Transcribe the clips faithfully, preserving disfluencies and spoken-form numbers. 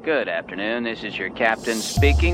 Good afternoon, this is your captain speaking.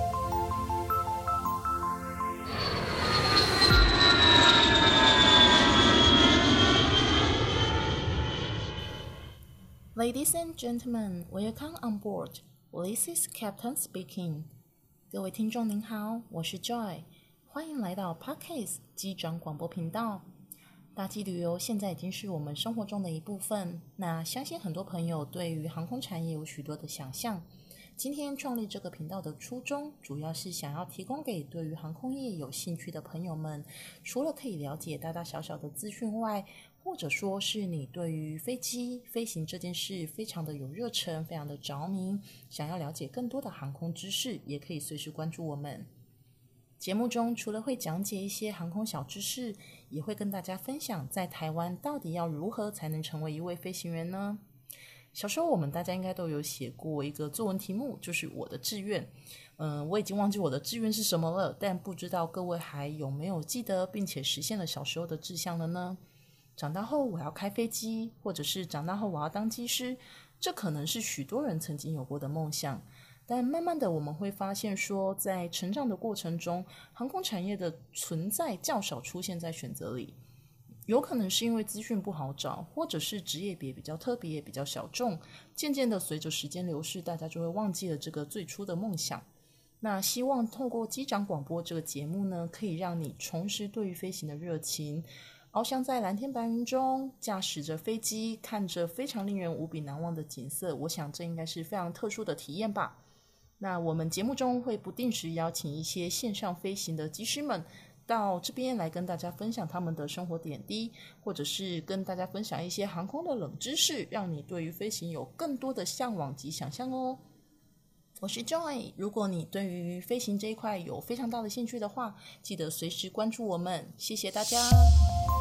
Ladies and gentlemen, welcome on board. This is Captain speaking. 各位听众您好，我是 Joy， 欢迎来到 Podcast 机长广播频道。大机旅游现在已经是我们生活中的一部分，那相信很多朋友对于航空产业有许多的想象。今天创立这个频道的初衷，主要是想要提供给对于航空业有兴趣的朋友们，除了可以了解大大小小的资讯外，或者说是你对于飞机飞行这件事非常的有热忱，非常的着迷，想要了解更多的航空知识，也可以随时关注我们。节目中除了会讲解一些航空小知识，也会跟大家分享在台湾到底要如何才能成为一位飞行员呢？小时候我们大家应该都有写过一个作文题目，就是我的志愿。嗯，我已经忘记我的志愿是什么了，但不知道各位还有没有记得并且实现了小时候的志向了呢？长大后我要开飞机，或者是长大后我要当机师，这可能是许多人曾经有过的梦想。但慢慢的我们会发现说，在成长的过程中，航空产业的存在较少出现在选择里。有可能是因为资讯不好找，或者是职业别比较特别比较小众，渐渐的随着时间流逝，大家就会忘记了这个最初的梦想。那希望透过机长广播这个节目呢，可以让你重拾对于飞行的热情，翱翔在蓝天白云中，驾驶着飞机，看着非常令人无比难忘的景色，我想这应该是非常特殊的体验吧。那我们节目中会不定时邀请一些线上飞行的机师们到这边来跟大家分享他们的生活点滴，或者是跟大家分享一些航空的冷知识，让你对于飞行有更多的向往及想象哦。我是 Joy， 如果你对于飞行这一块有非常大的兴趣的话，记得随时关注我们，谢谢大家。